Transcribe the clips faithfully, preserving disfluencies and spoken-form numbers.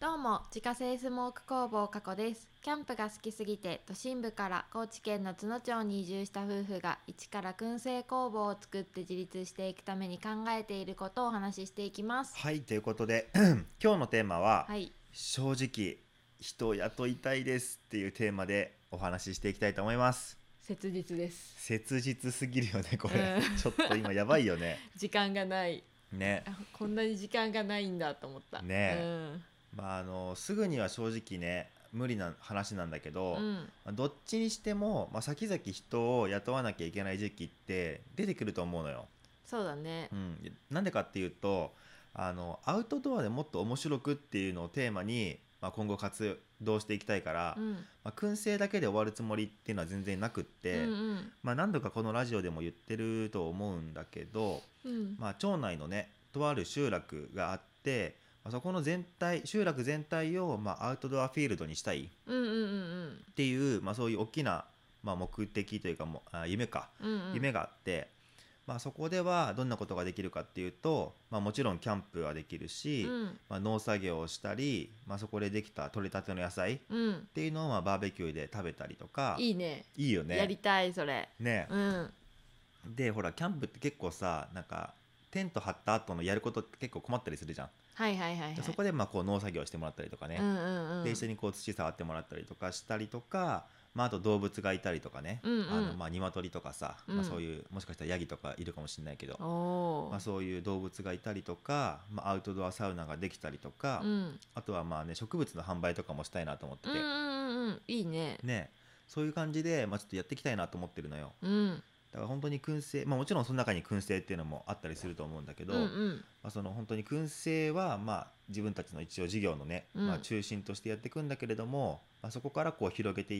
どうも、自家製スモーク工房加古です。キャンプが好きすぎて都心部から高知県の津野町に移住した夫婦が一から燻製工房を作って自立していくために考えていることをお話ししていきます。 はい、ということで今日のテーマは、 はい、 正直人を雇いたいですっていうテーマでお話ししていきたいと思います。 切実です。 切実すぎるよねこれ、 うんちょっと今やばいよね時間がないねあこんなに時間がないんだと思ったねまああのすぐには正直ね無理な話なんだけど、 うん、うん、 まあどっちにしても、まあ、先々人を雇わなきゃいけない時期って出てくると思うのよ。 そうだね。 うん、なんでかっていうとあのアウトドアでもっと面白くっていうのをテーマに、まあ、今後活動していきたいから、 うん、 まあ、燻製だけで終わるつもりっていうのは全然なくっうんて、 うんまあ、何度かこのラジオでも言ってると思うんだけど、 うんまあ、町内のねとある集落があって、まあ、そこの全体集落全体を、まあ、アウトドアフィールドにしたいうんうんうんっていう、まあ、そういう大きな、まあ、目的というかもあ夢か、 うんうん夢があって、まあ、そこではどんなことができるかっていうと、まあ、もちろんキャンプはできるし、 うんまあ、農作業をしたり、まあ、そこでできた取れたての野菜っうんていうのをまあバーベキューで食べたりとか。 いいね。 いいよねやりたいそれ。 ねうんでほらキャンプって結構さなんかテント張った後のやることって結構困ったりするじゃん。 はいはいはいはい。 でそこでまあこう農作業してもらったりとかね、 うんうんうん、 で一緒にこう土触ってもらったりとかしたりとか、まあ、あと動物がいたりとかね、 うんうんあのまあ鶏とかさ、 うんまあ、そういうもしかしたらヤギとかいるかもしれないけど、 おー、 まあ、そういう動物がいたりとか、まあ、アウトドアサウナができたりとか、 うんあとはまあね植物の販売とかもしたいなと思ってて、 うんうんうんうんいいね。 ねそういう感じで、まあ、ちょっとやっていきたいなと思ってるのよ。 うんだから本当に燻製、まあ、もちろんその中に燻製っていうのもあったりすると思うんだけど、 うんうんまあ、その本当に燻製はまあ自分たちの一応事業のね、 うんまあ、中心としてやっていくんだけれども、まあ、そこからこう広げていって、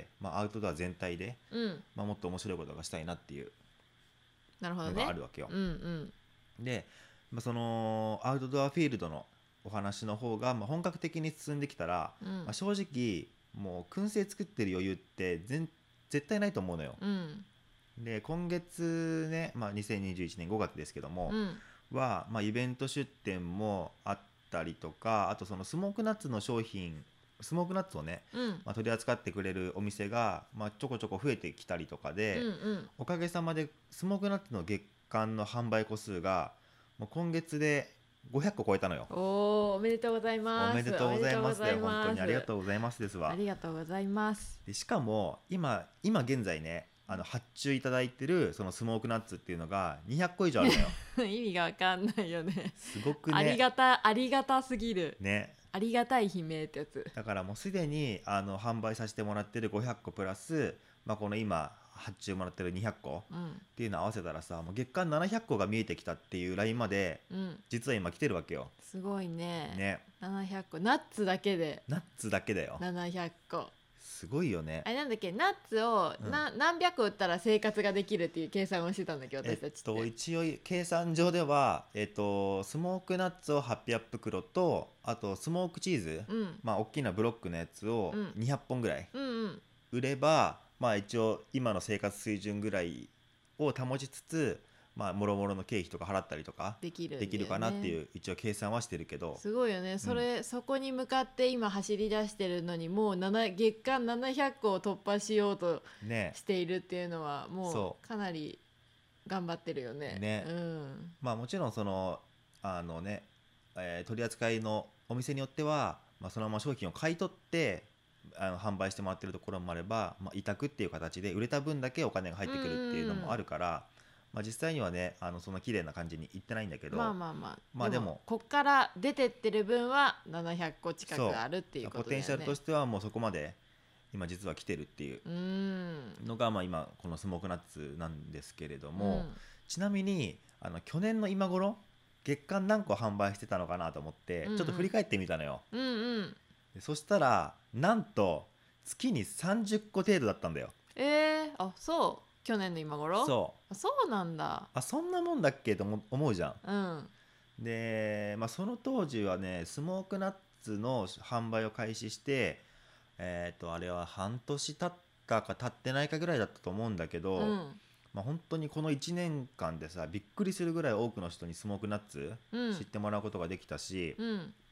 まあ、アウトドア全体で、 うんまあ、もっと面白いことがしたいなっていうのなるほどね。 があるわけよ。 うんうんで、まあ、そのアウトドアフィールドのお話の方がまあ本格的に進んできたら、 うんまあ、正直もう燻製作ってる余裕って全絶対ないと思うのよ。 うんで今月ね、まあ、にせんにじゅういちねんごがつですけども、 うんは、まあ、イベント出店もあったりとか、あとそのスモークナッツの商品スモークナッツをね、 うんまあ、取り扱ってくれるお店が、まあ、ちょこちょこ増えてきたりとかで、 うんうんおかげさまでスモークナッツの月間の販売個数がもう今月でごひゃっこ超えたのよ。 おーおめでとうございます。 おめでとうございますおめでとうございで本当にありがとううございますですわ。 ありがとうございますでしかも今今現在ねあの発注いただいてるそのスモークナッツっていうのがにひゃっこ以上あるのよ意味がわかんないよね。 すごくねありがたありがたすぎる。 ねありがたい悲鳴ってやつ。 だからもうすでにあの販売させてもらってるごひゃっこプラス、まあ、この今発注もらってるにひゃっこうんっていうのを合わせたらさもう月間ななひゃっこが見えてきたっていうラインまでうん実は今来てるわけよ。 すごいね。 ねななひゃっこナッツだけでナッツだけだよ。 ななひゃっこ。 すごいよねあ。れなんだっけナッツを、 うんな何百売ったら生活ができるっていう計算をしてたんだけどえ私たちって、 っと一応計算上では、えっと、スモークナッツをはっぴゃくふくろとあとスモークチーズ、 うんまあ大きなブロックのやつをうんにひゃっぽんぐらいうんうん売れば、まあ一応今の生活水準ぐらいを保ちつつまあもろもろの経費とか払ったりとかできるんだよね、 できるかなっていう一応計算はしてるけど、 すごいよねそれ、そこに向かって今走り出してるのにもうなな月間ななひゃっこを突破しようとねしているっていうのはもそうかなり頑張ってるよね。 ねうんまあもちろんそのあのね、えー取り扱いのお店によっては、まあ、そのまま商品を買い取ってあの販売してもらってるところもあれば、まあ、委託っていう形で売れた分だけお金が入ってくるっていうのもあるから、まあ、実際にはねあのそんな綺麗な感じにいってないんだけど、 まあまあまあ、 まあでもこっから出てってる分はななひゃっこ近そうくあるっていうことだよね。 ポテンシャルとしてはもうそこまで今実は来てるっていううんのが、まあ、今このスモークナッツなんですけれども、 うんちなみにあの去年の今頃月間何個販売してたのかなと思って、 うんうんちょっと振り返ってみたのよ。 うんうんでそしたらなんと月にさんじゅっこ程度だったんだよ。 えー、あそう去年の今頃そうあそうなんだ。 あそんなもんだっけと思思うじゃん。 うんで、まあ、その当時はねスモークナッツの販売を開始してえっ、とあれは半年経ったか経ってないかぐらいだったと思うんだけど、 うんまあ、本当にこのいちねんかんでさびっくりするぐらい多くの人にスモークナッツうん知ってもらうことができたし、 うん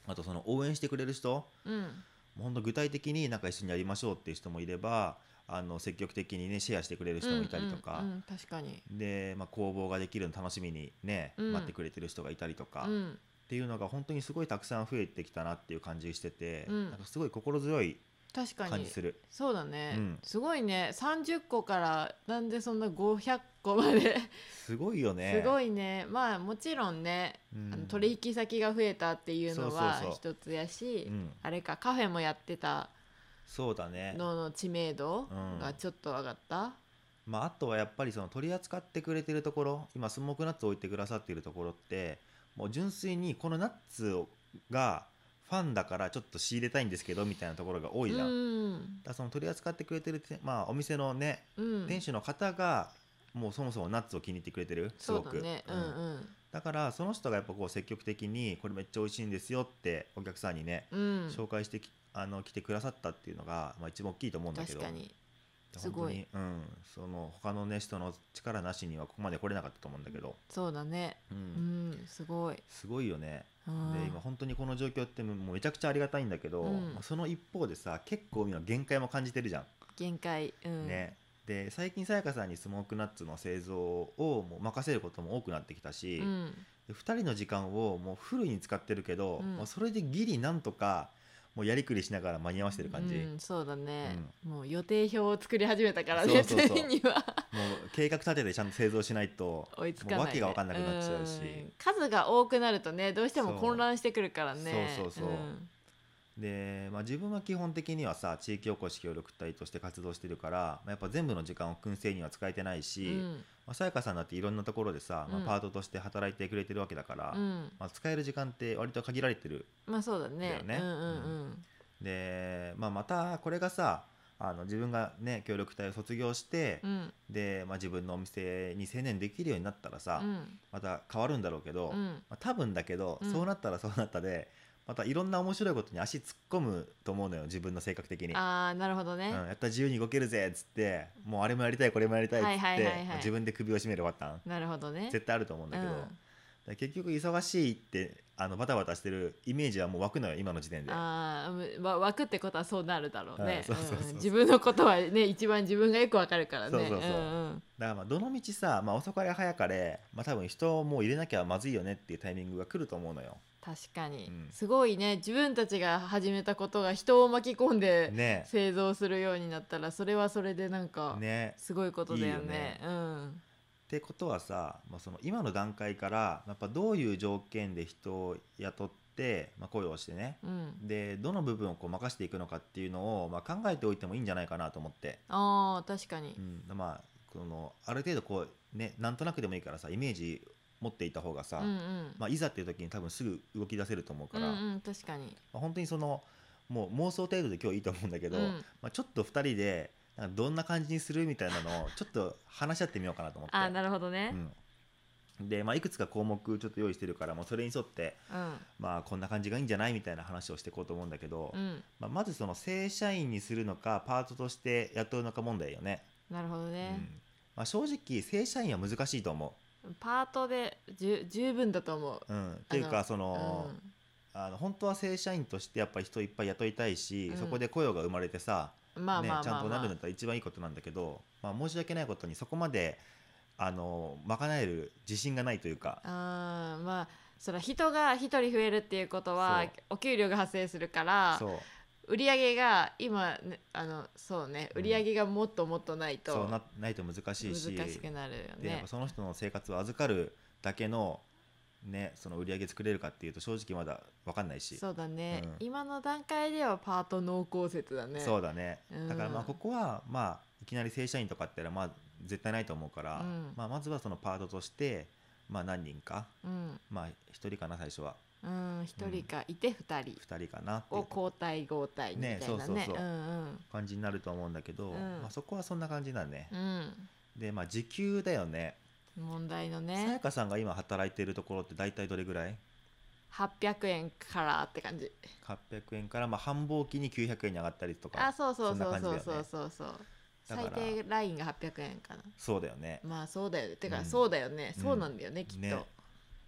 あとその応援してくれる人、 うんもうほんと具体的になんか一緒にやりましょうっていう人もいれば、あの積極的にねシェアしてくれる人もいたりとか、 うんうんうん、確かに、 で、まあ、工房ができるの楽しみにね、 うん待ってくれてる人がいたりとか、っうんていうのが本当にすごいたくさん増えてきたなっていう感じしてて、 うんなんかすごい心強い確かに感じする。 そうだね、 うんすごいね。さんじゅっこからなんでそんなごひゃっこまで、 すごいよね。 すごいね。まあもちろんね、 うんあの取引先が増えたっていうのはそうそうそう一つやし、 うんあれかカフェもやってたそうだね。 のの知名度がちょっと上がった、 まあ、あとはやっぱりその取り扱ってくれてるところ、今スモークナッツを置いてくださっているところってもう純粋にこのナッツをがファンだからちょっと仕入れたいんですけどみたいなところが多いじゃん。だうんからその取り扱ってくれてるて、まあ、お店のね、 うん店主の方がもうそもそもナッツを気に入ってくれてる、すそうごくだね、ううんんうんだからその人がやっぱこう積極的にこれめっちゃ美味しいんですよってお客さんにね、 うん紹介してきあの来てくださったっていうのが、まあ、一番大きいと思うんだけど、 確かに本すごい当に、うん、その他のね人の力なしにはここまで来れなかったと思うんだけど、 そうだね、 ううんん、すごい。 すごいよね。 うんで今本当にこの状況ってもうめちゃくちゃありがたいんだけど、 うんその一方でさ結構今限界も感じてるじゃん、 限界、うん、 ね。で最近さやかさんにスモークナッツの製造をもう任せることも多くなってきたし、 うんでふたりの時間をもうフルに使ってるけど、 うんもうそれでギリなんとかもうやりくりしながら間に合わせてる感じ、 うん、そうだね、もう予定表を作り始めたからね、 そうそうそうついにはもう計画立ててちゃんと製造しないと追いつかない、ね、 もう訳が分かんなくなっちゃうし、 ん数が多くなるとねどうしてもそう混乱してくるからね。 そうそうそうんで、まあ、自分は基本的にはさ地域おこし協力隊として活動してるから、まあ、やっぱ全部の時間を燻製には使えてないし、 うんまあ、さやかさんだっていろんなところでさ、まあうんパートとして働いてくれてるわけだから、 うんまあ、使える時間って割と限られてる。 まあそうだねだよねうんうんうんで、まあ、またこれがさあの自分がね協力隊を卒業して、 うんで、まあ、自分のお店に専念できるようになったらさ、 うんまた変わるんだろうけど、 うんまあ、多分だけど、 うんそうなったらそうなったでまたいろんな面白いことに足突っ込むと思うのよ自分の性格的に。 ああなるほどね、 うん、やったら自由に動けるぜっつってもうあれもやりたいこれもやりたいっつって、 はいはいはいはいまあ自分で首を絞めるパターンなるほどね絶対あると思うんだけど、 うんだから結局忙しいってあのバタバタしてるイメージはもう湧くのよ今の時点で。 あーわ湧くってことはそうなるだろうね、 うんそうそうそうそううん自分のことはね一番自分がよくわかるからね。 そうそうそうんんだからまあどの道さ、まあ、遅かれ早かれ、まあ、多分人をもう入れなきゃまずいよねっていうタイミングが来ると思うのよ。 確かに、 うんすごいね自分たちが始めたことが人を巻き込んでね製造するようになったらそれはそれでなんかねすごいことだよね。 いいよねうんってことはさ、まあ、その今の段階からやっぱどういう条件で人を雇って、まあ、雇用してねうん、 でどの部分をこう任せていくのかっていうのを、まあ、考えておいてもいいんじゃないかなと思って、 あー確かにう、んまあ、このある程度こう、ね、なんとなくでもいいからさイメージ持っていた方がさ、 うんうんまあ、いざっていう時に多分すぐ動き出せると思うから、 うんうん確かにまあ、本当にそのもう妄想程度で今日いいと思うんだけど、 うんまあ、ちょっとふたりでなんかどんな感じにするみたいなのをちょっと話し合ってみようかなと思って。 あーなるほどねうんでまあ、いくつか項目ちょっと用意してるからもうそれに沿って、 うんまあ、こんな感じがいいんじゃないみたいな話をしていこうと思うんだけど、 うんまあ、まずその正社員にするのかパートとして雇うのか問題よね。 なるほどうんね、 まあ、正直正社員は難しいと思パートでじゅ十分だと思う。 う。うん、っていうかその、 うんあの本当は正社員としてやっぱり人いっぱい雇いたいし、 うんそこで雇用が生まれてさ、 まあね、 まあまあまあ、 ちゃんとなるんだったら一番いいことなんだけど、まあ、申し訳ないことにそこまであの賄える自信がないというか。 あーまあそら人が一人増えるっていうことはそうお給料が発生するからそう売り上げが今、ね、あのそうねうん売り上げがもっともっとないとそうなないと難しいし難しくなるよねでやっぱ。その人の生活を預かるだけの、ね、その売り上げ作れるかっていうと正直まだ分かんないし。 そうだね、 うん今の段階ではパート濃厚説だね。 そうだね、 うんだからまあここはまあいきなり正社員とかってのはまあ絶対ないと思うから、 うんまあ、まずはそのパートとしてまあ何人かうんまあひとりかな最初はうん一人かいて二人ふたりかなっていうを交代交代みたいなね。 ねそうそうそううんうん感じになると思うんだけど、 うんまあ、そこはそんな感じだね。 うんでまあ時給だよね。 問題のさやねかさんが今働いてるところって大体どれぐらい？ はっぴゃくえんからって感じ。 はっぴゃくえんからまあ繁忙期にきゅうひゃくえんに上がったりとか。 あそうそうんなそう感じだよねそうそうそうそうだから最低ラインがはっぴゃくえんかな。 そうだよね。 まあそうだよねてか、 うんそうだよね、 うんそうなんだよねきっと、 ね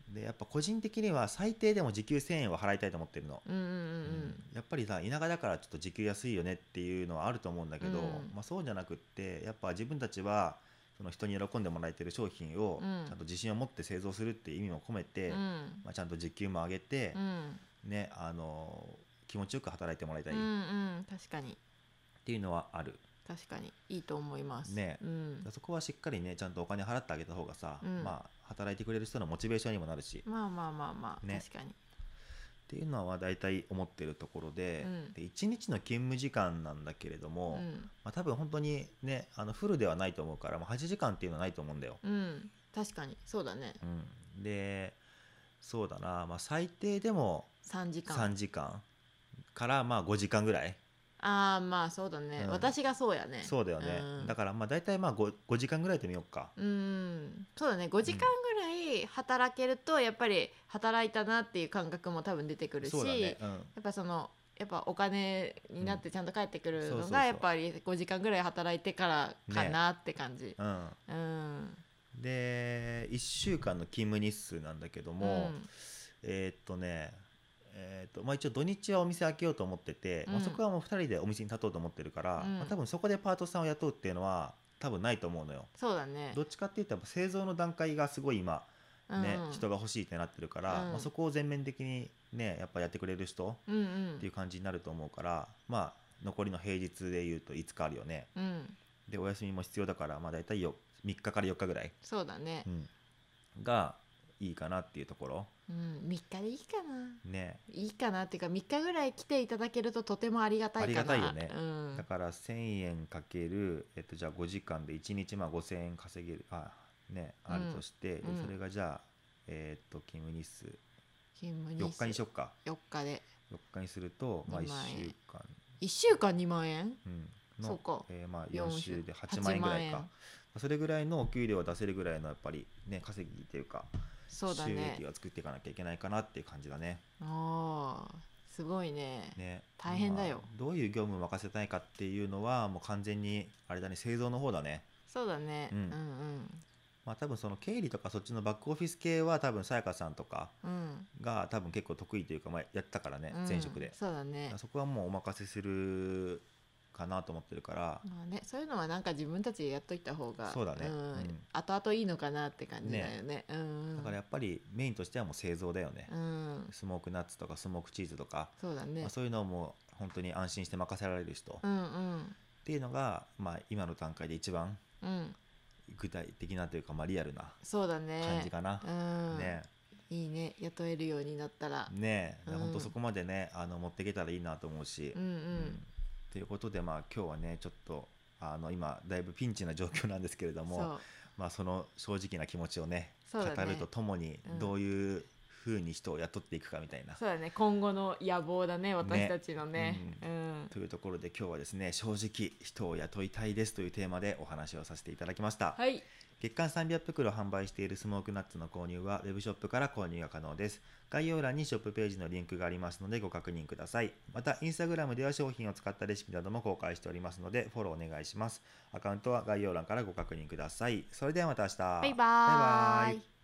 でやっぱ個人的には最低でも時給せんえんは払いたいと思ってるの、 うんうんうんうんやっぱりさ田舎だからちょっと時給安いよねっていうのはあると思うんだけど、 うんまあ、そうじゃなくってやっぱ自分たちはその人に喜んでもらえてる商品をうんちゃんと自信を持って製造するっていう意味も込めて、 うんまあ、ちゃんと時給も上げて、 うんね、あの気持ちよく働いてもらいたいっうんうん確かにていうのはある、 確かにいいと思いますねうんそこはしっかりねちゃんとお金払ってあげた方がさ、 うんまあ、働いてくれる人のモチベーションにもなるしまあまあまあまあ、 ね確かにっていうのは大体思ってるところで、 うんでいちにちの勤務時間なんだけれども、 うんまあ、多分本当にねあのフルではないと思うから、まあ、はちじかんっていうのはないと思うんだよ、 うん確かにそうだねうん、でそうだな、まあ、最低でもさんじかんさんじかんからまあごじかんぐらい、 ああまあそうだね、 うん私がそうやねそうだよね、 うんだからまあ大体まあ 5, ごじかんぐらいでみようか、 うんそうだねごじかんぐらい働けるとやっぱり働いたなっていう感覚も多分出てくるし、 そうだね、うん、 やっぱそのやっぱお金になってちゃんと帰ってくるのうんそうそうそうがやっぱりごじかんぐらい働いてからかなって感じ、 うん、 うんでいっしゅうかんの勤務日数なんだけども、 うんえーっとねえーっとまあ、一応土日はお店開けようと思ってて、 うんまあ、そこはもうふたりでお店に立とうと思ってるから、 うんまあ、多分そこでパートさんを雇うっていうのは多分ないと思うのよ。 そうだねどっちかっていうとやっぱ製造の段階がすごい今、ねうん人が欲しいってなってるから、 うんまあ、そこを全面的にねやっぱやってくれる人うんうんっていう感じになると思うから、まあ残りの平日でいうといつかあるよね。 うんでお休みも必要だから、まあ、大体よみっかからよっかぐらい、 そうだねうん、がいいかなっていうところうんみっかでいいかなね。 いいかなっていうかみっかぐらい来ていただけるととてもありがたいかなありがたいよねうんだからせんえんかける、えっと、じゃあごじかんでいちにちまあごせんえん稼げるあ、ね、あるとして、でうんそれがじゃあ、えっと勤務日数勤務日数よっかにしよっかよっかでよっかにすると、まあ、1 にまん円週間、 いっしゅうかんにまん円うん、のそうかえーまあ、 よんよん週週ではちまん円ぐらいはちまんかそれぐらいのお給料を出せるぐらいのやっぱり、ね、稼ぎっていうかそうだ収ね益を作っていかなきゃいけないかなっていう感じだね。 ああすごいねね大変だよまあどういう業務を任せたいかっていうのはもう完全にあれだね製造の方だね。 そうだね、 ううんん、 まあ多分その経理とかそっちのバックオフィス系は多分さやかさんとかうんうんが多分結構得意というか、まあ、やってたからねうん前職で、 そうだねそこはもうお任せするかなと思ってるから、 まあねそういうのはなんか自分たちでやっといた方がそうだねんうん後々いいのかなって感じだよねうんだからやっぱりメインとしてはもう製造だよね、 うんスモークナッツとかスモークチーズとか、 そうだねまあ、そういうのをもう本当に安心して任せられる人っうんうんていうのが、まあ、今の段階で一番うん具体的なというか、まあ、リアルなそうだね感じかな、 うんねいいね雇えるようになったらねえ、 うん本当そこまでねあの持っていけたらいいなと思うし、 うんうんということで、まあ、今日はねちょっとあの今だいぶピンチな状況なんですけれども、 そうまあ、その正直な気持ちをねそうだね語るとともにうんどういうふうに人を雇っていくかみたいな、 そうだね今後の野望だね私たちのねうんというところで今日はですね正直人を雇いたいですというテーマでお話をさせていただきました。 はい月間さんびゃく袋販売しているスモークナッツの購入はウェブショップから購入が可能です。概要欄にショップページのリンクがありますのでご確認ください。またインスタグラムでは商品を使ったレシピなども公開しておりますのでフォローお願いします。アカウントは概要欄からご確認ください。それではまた明日。 バイバーイバイバイ。